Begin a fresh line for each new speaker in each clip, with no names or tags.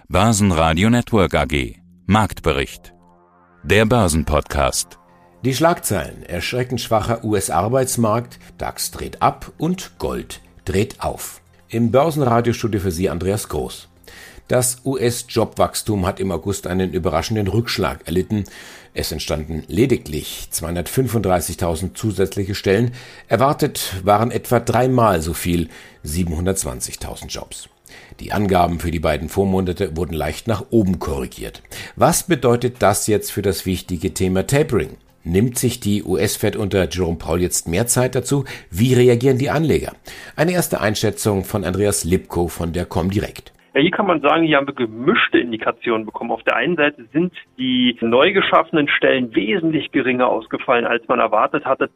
Börsenradio Network AG. Marktbericht. Der Börsenpodcast.
Die Schlagzeilen: erschreckend schwacher US-Arbeitsmarkt, DAX dreht ab und Gold dreht auf. Im Börsenradiostudio für Sie Andreas Groß. Das US-Jobwachstum hat im August einen überraschenden Rückschlag erlitten. Es entstanden lediglich 235.000 zusätzliche Stellen. Erwartet waren etwa dreimal so viel, 720.000 Jobs. Die Angaben für die beiden Vormonate wurden leicht nach oben korrigiert. Was bedeutet das jetzt für das wichtige Thema Tapering? Nimmt sich die US-Fed unter Jerome Powell jetzt mehr Zeit dazu? Wie reagieren die Anleger? Eine erste Einschätzung von Andreas Lipko von der Comdirect.
Ja, hier kann man sagen, hier haben wir gemischte Indikationen bekommen. Auf der einen Seite sind die neu geschaffenen Stellen wesentlich geringer ausgefallen, als man erwartet hatte.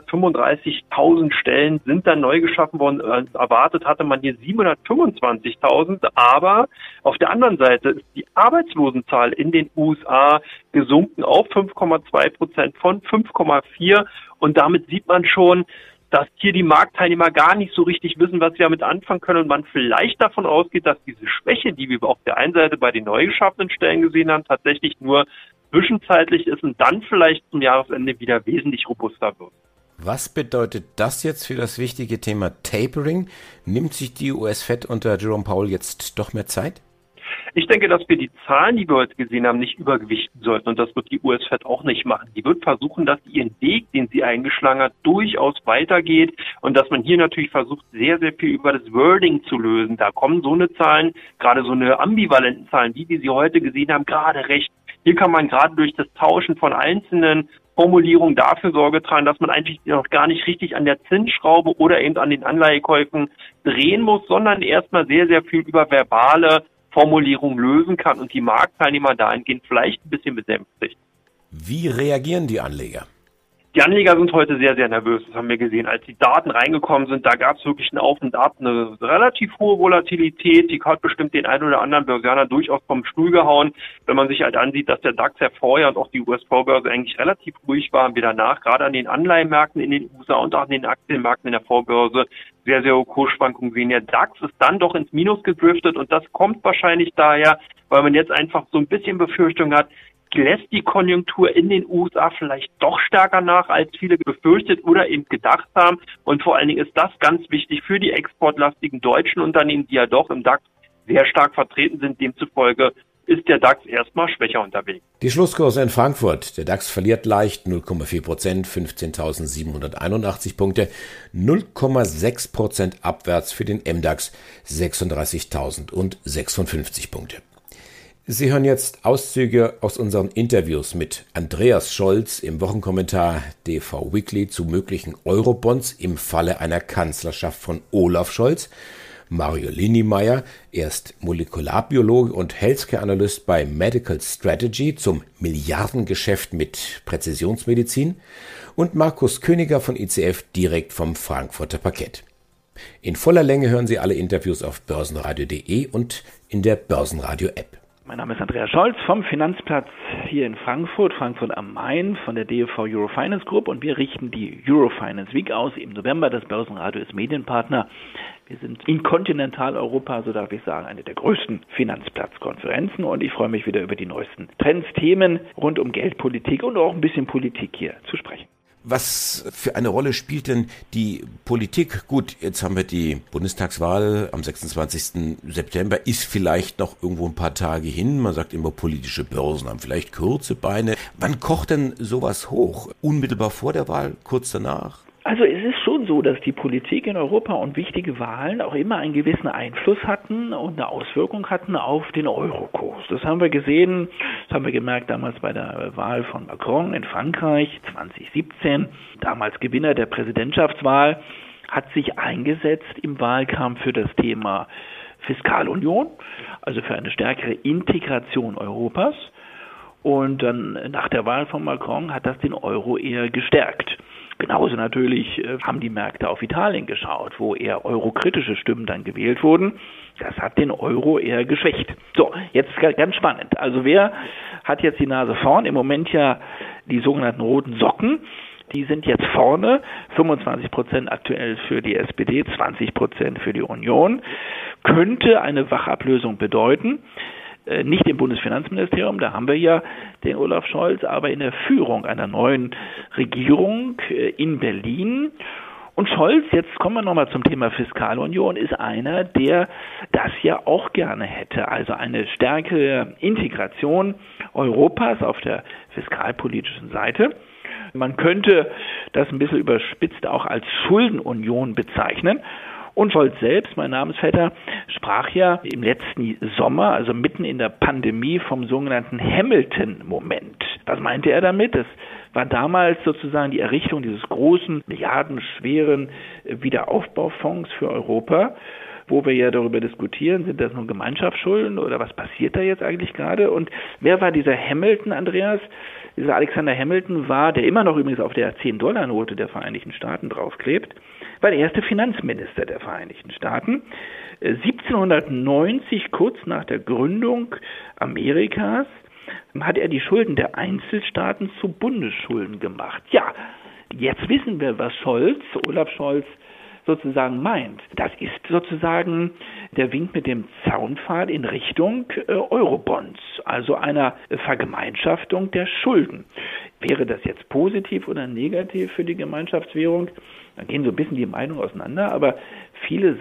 235.000 Stellen sind dann neu geschaffen worden. Erwartet hatte man hier 725.000. Aber auf der anderen Seite ist die Arbeitslosenzahl in den USA gesunken auf 5,2% von 5,4. Und damit sieht man schon, dass hier die Marktteilnehmer gar nicht so richtig wissen, was sie damit anfangen können und man vielleicht davon ausgeht, dass diese Schwäche, die wir auf der einen Seite bei den neu geschaffenen Stellen gesehen haben, tatsächlich nur zwischenzeitlich ist und dann vielleicht zum Jahresende wieder wesentlich robuster wird.
Was bedeutet das jetzt für das wichtige Thema Tapering? Nimmt sich die US-Fed unter Jerome Powell jetzt doch mehr Zeit?
Ich denke, dass wir die Zahlen, die wir heute gesehen haben, nicht übergewichten sollten und das wird die US-Fed auch nicht machen. Die wird versuchen, dass ihren Weg, den sie eingeschlagen hat, durchaus weitergeht und dass man hier natürlich versucht, sehr, sehr viel über das Wording zu lösen. Da kommen so eine Zahlen, gerade so eine ambivalenten Zahlen, wie wir sie heute gesehen haben, gerade recht. Hier kann man gerade durch das Tauschen von einzelnen Formulierungen dafür Sorge tragen, dass man eigentlich noch gar nicht richtig an der Zinsschraube oder eben an den Anleihekäufen drehen muss, sondern erstmal sehr, sehr viel über verbale Formulierung lösen kann und die Marktteilnehmer dahingehend vielleicht ein bisschen besänftigt.
Wie reagieren die Anleger?
Die Anleger sind heute sehr, sehr nervös, das haben wir gesehen. Als die Daten reingekommen sind, da gab es wirklich ein Auf und Ab, eine relativ hohe Volatilität, die hat bestimmt den einen oder anderen Börsianer durchaus vom Stuhl gehauen. Wenn man sich halt ansieht, dass der DAX ja vorher und auch die US-Vorbörse eigentlich relativ ruhig waren, wir danach gerade an den Anleihenmärkten in den USA und auch an den Aktienmärkten in der Vorbörse sehr, sehr hohe Kursschwankungen sehen. Der DAX ist dann doch ins Minus gedriftet und das kommt wahrscheinlich daher, weil man jetzt einfach so ein bisschen Befürchtung hat, lässt die Konjunktur in den USA vielleicht doch stärker nach, als viele befürchtet oder eben gedacht haben. Und vor allen Dingen ist das ganz wichtig für die exportlastigen deutschen Unternehmen, die ja doch im DAX sehr stark vertreten sind. Demzufolge ist der DAX erstmal schwächer unterwegs.
Die Schlusskurse in Frankfurt. Der DAX verliert leicht 0,4%, 15.781 Punkte, 0,6% abwärts für den MDAX, 36.056 Punkte. Sie hören jetzt Auszüge aus unseren Interviews mit Andreas Scholz im Wochenkommentar DV Weekly zu möglichen Eurobonds im Falle einer Kanzlerschaft von Olaf Scholz, Mario Linnemeyer, er ist Molekularbiologe und Healthcare-Analyst bei Medical Strategy zum Milliardengeschäft mit Präzisionsmedizin und Markus Königer von ICF direkt vom Frankfurter Parkett. In voller Länge hören Sie alle Interviews auf börsenradio.de und in der Börsenradio-App.
Mein Name ist Andreas Scholz vom Finanzplatz hier in Frankfurt am Main von der DFV Eurofinance Group und wir richten die Eurofinance Week aus im November. Das Börsenradio ist Medienpartner. Wir sind in Kontinentaleuropa, so darf ich sagen, eine der größten Finanzplatzkonferenzen und ich freue mich wieder über die neuesten Trends, Themen rund um Geldpolitik und auch ein bisschen Politik hier zu sprechen.
Was für eine Rolle spielt denn die Politik? Gut, jetzt haben wir die Bundestagswahl am 26. September, ist vielleicht noch irgendwo ein paar Tage hin. Man sagt immer, politische Börsen haben vielleicht kurze Beine. Wann kocht denn sowas hoch? Unmittelbar vor der Wahl, kurz danach?
Also es ist schon so, dass die Politik in Europa und wichtige Wahlen auch immer einen gewissen Einfluss hatten und eine Auswirkung hatten auf den Eurokurs. Das haben wir gesehen, das haben wir gemerkt damals bei der Wahl von Macron in Frankreich 2017. Damals Gewinner der Präsidentschaftswahl, hat sich eingesetzt im Wahlkampf für das Thema Fiskalunion, also für eine stärkere Integration Europas. Und dann nach der Wahl von Macron hat das den Euro eher gestärkt. Genauso natürlich haben die Märkte auf Italien geschaut, wo eher eurokritische Stimmen dann gewählt wurden. Das hat den Euro eher geschwächt. So, jetzt ganz spannend. Also wer hat jetzt die Nase vorn? Im Moment ja die sogenannten roten Socken. Die sind jetzt vorne, 25% aktuell für die SPD, 20% für die Union. Könnte eine Wachablösung bedeuten. Nicht im Bundesfinanzministerium, da haben wir ja den Olaf Scholz, aber in der Führung einer neuen Regierung in Berlin. Und Scholz, jetzt kommen wir nochmal zum Thema Fiskalunion, ist einer, der das ja auch gerne hätte. Also eine stärkere Integration Europas auf der fiskalpolitischen Seite. Man könnte das ein bisschen überspitzt auch als Schuldenunion bezeichnen. Und Scholz selbst, mein Namensvetter, sprach ja im letzten Sommer, also mitten in der Pandemie, vom sogenannten Hamilton-Moment. Was meinte er damit? Das war damals sozusagen die Errichtung dieses großen, milliardenschweren Wiederaufbaufonds für Europa, wo wir ja darüber diskutieren, sind das nun Gemeinschaftsschulden oder was passiert da jetzt eigentlich gerade? Und wer war dieser Hamilton, Andreas? Dieser Alexander Hamilton war, der immer noch übrigens auf der 10-Dollar-Note der Vereinigten Staaten draufklebt, war der erste Finanzminister der Vereinigten Staaten. 1790, kurz nach der Gründung Amerikas, hat er die Schulden der Einzelstaaten zu Bundesschulden gemacht. Ja, jetzt wissen wir, was Olaf Scholz, sozusagen meint. Das ist sozusagen der Wink mit dem Zaunpfahl in Richtung Eurobonds, also einer Vergemeinschaftung der Schulden. Wäre das jetzt positiv oder negativ für die Gemeinschaftswährung? Da gehen so ein bisschen die Meinungen auseinander, aber viele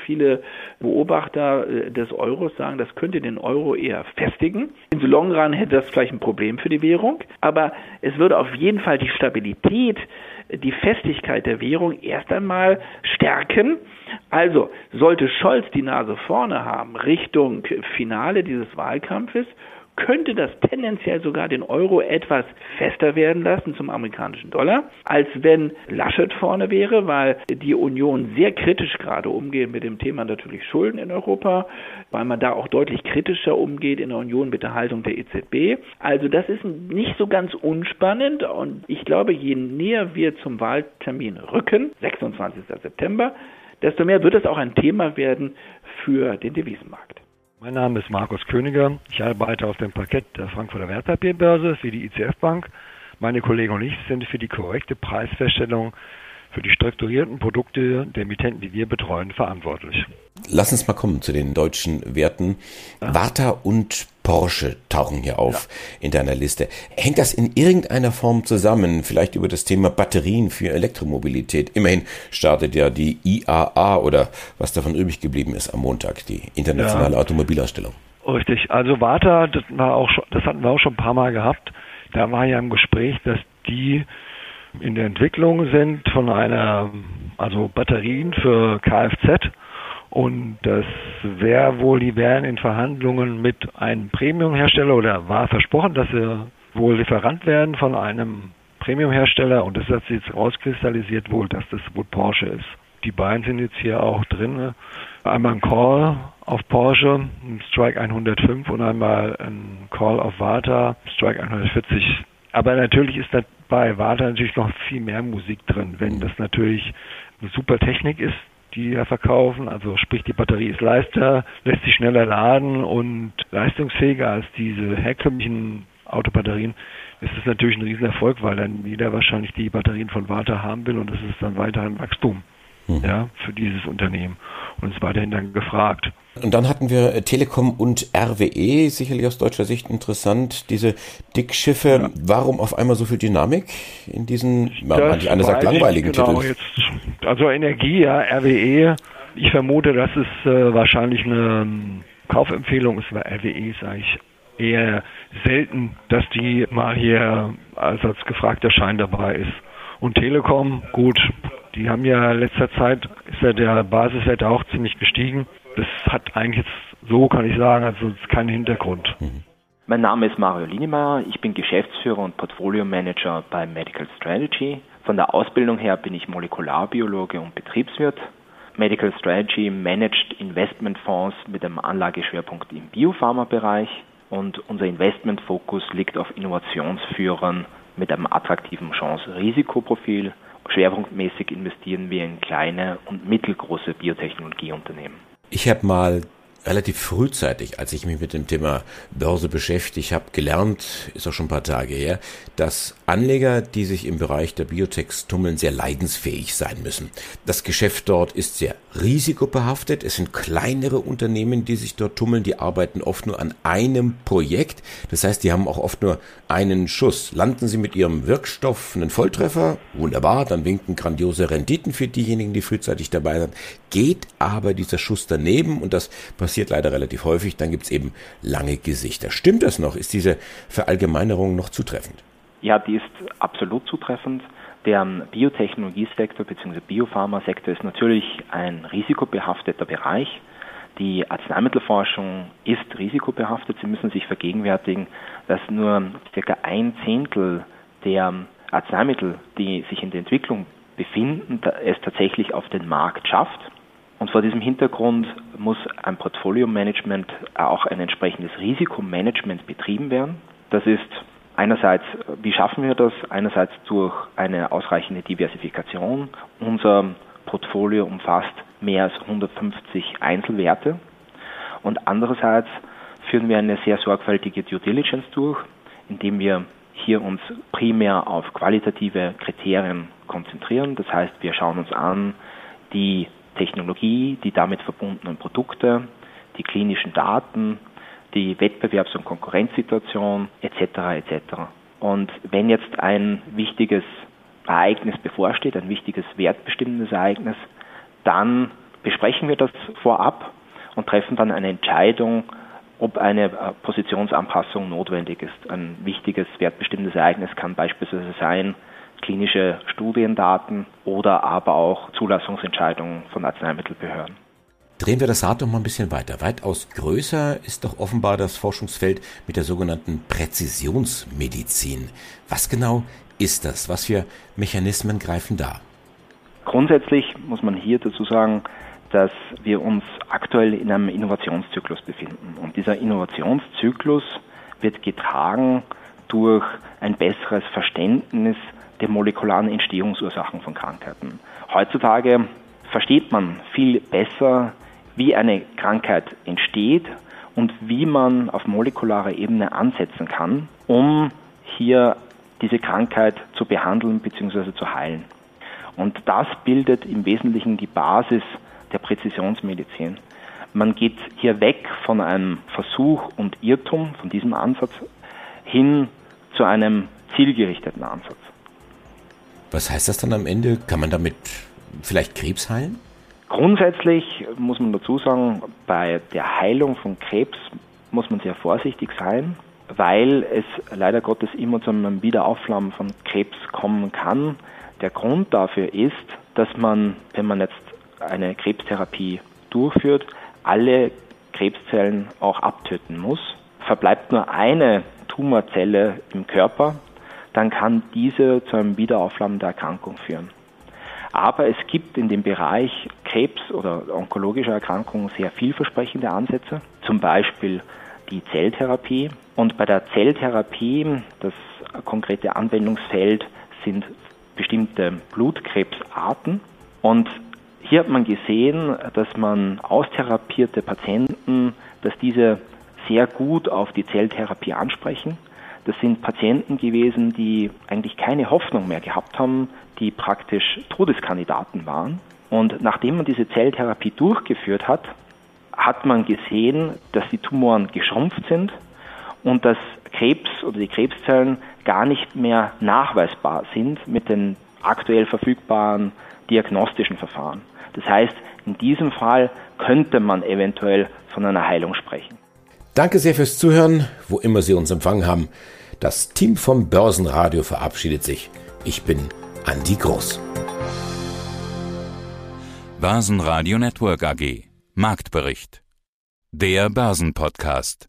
Beobachter des Euros sagen, das könnte den Euro eher festigen. In the long run hätte das vielleicht ein Problem für die Währung, aber es würde auf jeden Fall die Stabilität, die Festigkeit der Währung erst einmal stärken. Also sollte Scholz die Nase vorne haben Richtung Finale dieses Wahlkampfes, könnte das tendenziell sogar den Euro etwas fester werden lassen zum amerikanischen Dollar, als wenn Laschet vorne wäre, weil die Union sehr kritisch gerade umgeht mit dem Thema natürlich Schulden in Europa, weil man da auch deutlich kritischer umgeht in der Union mit der Haltung der EZB. Also das ist nicht so ganz unspannend und ich glaube, je näher wir zum Wahltermin rücken, 26. September, desto mehr wird es auch ein Thema werden für den Devisenmarkt.
Mein Name ist Markus Königer. Ich arbeite auf dem Parkett der Frankfurter Wertpapierbörse für die ICF Bank. Meine Kollegen und ich sind für die korrekte Preisfeststellung für die strukturierten Produkte der Emittenten, die wir betreuen, verantwortlich.
Lass uns mal kommen zu den deutschen Werten. Ja. Warta und Porsche tauchen hier auf in deiner Liste. Hängt das in irgendeiner Form zusammen? Vielleicht über das Thema Batterien für Elektromobilität. Immerhin startet ja die IAA oder was davon übrig geblieben ist am Montag, die internationale Automobilausstellung. Richtig. Also Warta, das hatten wir auch schon ein paar Mal gehabt. Da war ja im Gespräch, dass die in der Entwicklung sind von Batterien für Kfz und das die wären in Verhandlungen mit einem Premium-Hersteller oder war versprochen, dass sie wohl Lieferant werden von einem Premium-Hersteller und das hat sich jetzt rauskristallisiert wohl, dass das wohl Porsche ist. Die beiden sind jetzt hier auch drin. Einmal ein Call auf Porsche, ein Strike 105 und einmal ein Call auf Warta, Strike 140. Aber natürlich ist da bei Warta natürlich noch viel mehr Musik drin, wenn das natürlich eine super Technik ist, die wir verkaufen, also sprich die Batterie ist leichter, lässt sich schneller laden und leistungsfähiger als diese herkömmlichen Autobatterien, ist das natürlich ein Riesenerfolg, weil dann jeder wahrscheinlich die Batterien von Warta haben will und das ist dann weiterhin Wachstum für dieses Unternehmen und ist weiterhin dann gefragt. Und dann hatten wir Telekom und RWE, sicherlich aus deutscher Sicht interessant, diese Dickschiffe. Ja. Warum auf einmal so viel Dynamik in diesen, einer sagt langweiligen Titeln? Jetzt, also Energie, RWE. Ich vermute, das ist wahrscheinlich eine Kaufempfehlung ist, weil RWE ist eigentlich eher selten, dass die mal hier als gefragter Schein dabei ist. Und Telekom, gut, die haben ja in letzter Zeit, ist ja der Basiswert auch ziemlich gestiegen. Das hat eigentlich jetzt, so kann ich sagen, also keinen Hintergrund.
Mein Name ist Mario Linemeyer, ich bin Geschäftsführer und Portfolio Manager bei Medical Strategy. Von der Ausbildung her bin ich Molekularbiologe und Betriebswirt. Medical Strategy managt Investmentfonds mit einem Anlageschwerpunkt im Biopharma-Bereich und unser Investmentfokus liegt auf Innovationsführern mit einem attraktiven Chance-Risikoprofil. Schwerpunktmäßig investieren wir in kleine und mittelgroße Biotechnologieunternehmen. Ich habe mal relativ frühzeitig, als ich mich mit dem Thema Börse beschäftigt habe, gelernt, ist auch schon ein paar Tage her, dass
Anleger, die sich im Bereich der Biotechs tummeln, sehr leidensfähig sein müssen. Das Geschäft dort ist sehr risikobehaftet. Es sind kleinere Unternehmen, die sich dort tummeln. Die arbeiten oft nur an einem Projekt. Das heißt, die haben auch oft nur einen Schuss. Landen sie mit ihrem Wirkstoff einen Volltreffer, wunderbar, dann winken grandiose Renditen für diejenigen, die frühzeitig dabei sind. Geht aber dieser Schuss daneben, und das passiert leider relativ häufig, dann gibt es eben lange Gesichter. Stimmt das noch? Ist diese Verallgemeinerung noch zutreffend?
Ja, die ist absolut zutreffend. Der Biotechnologiesektor bzw. Biopharmasektor ist natürlich ein risikobehafteter Bereich. Die Arzneimittelforschung ist risikobehaftet. Sie müssen sich vergegenwärtigen, dass nur ca. 1/10 der Arzneimittel, die sich in der Entwicklung befinden, es tatsächlich auf den Markt schafft. Und vor diesem Hintergrund muss ein Portfolio-Management, auch ein entsprechendes Risikomanagement betrieben werden. Das ist einerseits, wie schaffen wir das? Einerseits durch eine ausreichende Diversifikation. Unser Portfolio umfasst mehr als 150 Einzelwerte. Und andererseits führen wir eine sehr sorgfältige Due Diligence durch, indem wir hier uns primär auf qualitative Kriterien konzentrieren. Das heißt, wir schauen uns an die Technologie, die damit verbundenen Produkte, die klinischen Daten, die Wettbewerbs- und Konkurrenzsituation etc. etc. Und wenn jetzt ein wichtiges Ereignis bevorsteht, ein wichtiges wertbestimmendes Ereignis, dann besprechen wir das vorab und treffen dann eine Entscheidung, ob eine Positionsanpassung notwendig ist. Ein wichtiges wertbestimmendes Ereignis kann beispielsweise sein, klinische Studiendaten oder aber auch Zulassungsentscheidungen von Arzneimittelbehörden.
Drehen wir das Rad doch mal ein bisschen weiter. Weitaus größer ist doch offenbar das Forschungsfeld mit der sogenannten Präzisionsmedizin. Was genau ist das? Was für Mechanismen greifen da?
Grundsätzlich muss man hier dazu sagen, dass wir uns aktuell in einem Innovationszyklus befinden. Und dieser Innovationszyklus wird getragen durch ein besseres Verständnis der molekularen Entstehungsursachen von Krankheiten. Heutzutage versteht man viel besser, wie eine Krankheit entsteht und wie man auf molekularer Ebene ansetzen kann, um hier diese Krankheit zu behandeln bzw. zu heilen. Und das bildet im Wesentlichen die Basis der Präzisionsmedizin. Man geht hier weg von einem Versuch und Irrtum, von diesem Ansatz, hin zu einem zielgerichteten Ansatz.
Was heißt das dann am Ende? Kann man damit vielleicht Krebs heilen?
Grundsätzlich muss man dazu sagen, bei der Heilung von Krebs muss man sehr vorsichtig sein, weil es leider Gottes immer zu einem Wiederaufflammen von Krebs kommen kann. Der Grund dafür ist, dass man, wenn man jetzt eine Krebstherapie durchführt, alle Krebszellen auch abtöten muss. Verbleibt nur eine Tumorzelle im Körper, dann kann diese zu einem Wiederaufflammen der Erkrankung führen. Aber es gibt in dem Bereich Krebs oder onkologischer Erkrankungen sehr vielversprechende Ansätze, zum Beispiel die Zelltherapie. Und bei der Zelltherapie, das konkrete Anwendungsfeld sind bestimmte Blutkrebsarten. Und hier hat man gesehen, dass man austherapierte Patienten, dass diese sehr gut auf die Zelltherapie ansprechen. Das sind Patienten gewesen, die eigentlich keine Hoffnung mehr gehabt haben, die praktisch Todeskandidaten waren. Und nachdem man diese Zelltherapie durchgeführt hat, hat man gesehen, dass die Tumoren geschrumpft sind und dass Krebs oder die Krebszellen gar nicht mehr nachweisbar sind mit den aktuell verfügbaren diagnostischen Verfahren. Das heißt, in diesem Fall könnte man eventuell von einer Heilung sprechen.
Danke sehr fürs Zuhören, wo immer Sie uns empfangen haben. Das Team vom Börsenradio verabschiedet sich. Ich bin Andi Groß.
Börsenradio Network AG. Marktbericht. Der Börsenpodcast.